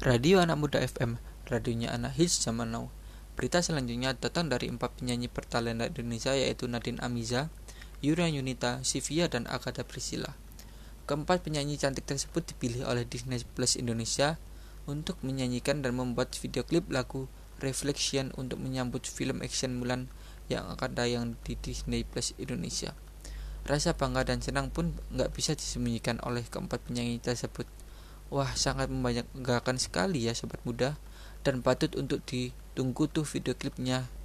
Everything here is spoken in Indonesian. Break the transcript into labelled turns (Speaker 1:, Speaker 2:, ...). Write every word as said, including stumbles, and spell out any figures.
Speaker 1: Radio Anak Muda F M, radionya anak hits zaman now. Berita selanjutnya datang dari empat penyanyi bertalenta Indonesia, yaitu Nadine Amiza, Yura Yunita, Sivia, dan Agatha Priscilla. Keempat penyanyi cantik tersebut dipilih oleh Disney Plus Indonesia untuk menyanyikan dan membuat video klip lagu Reflection untuk menyambut film action Mulan yang akan tayang di Disney Plus Indonesia. Rasa bangga dan senang pun nggak bisa disembunyikan oleh keempat penyanyi tersebut. Wah, sangat membanggakan sekali ya sobat muda, dan patut untuk ditunggu tuh video klipnya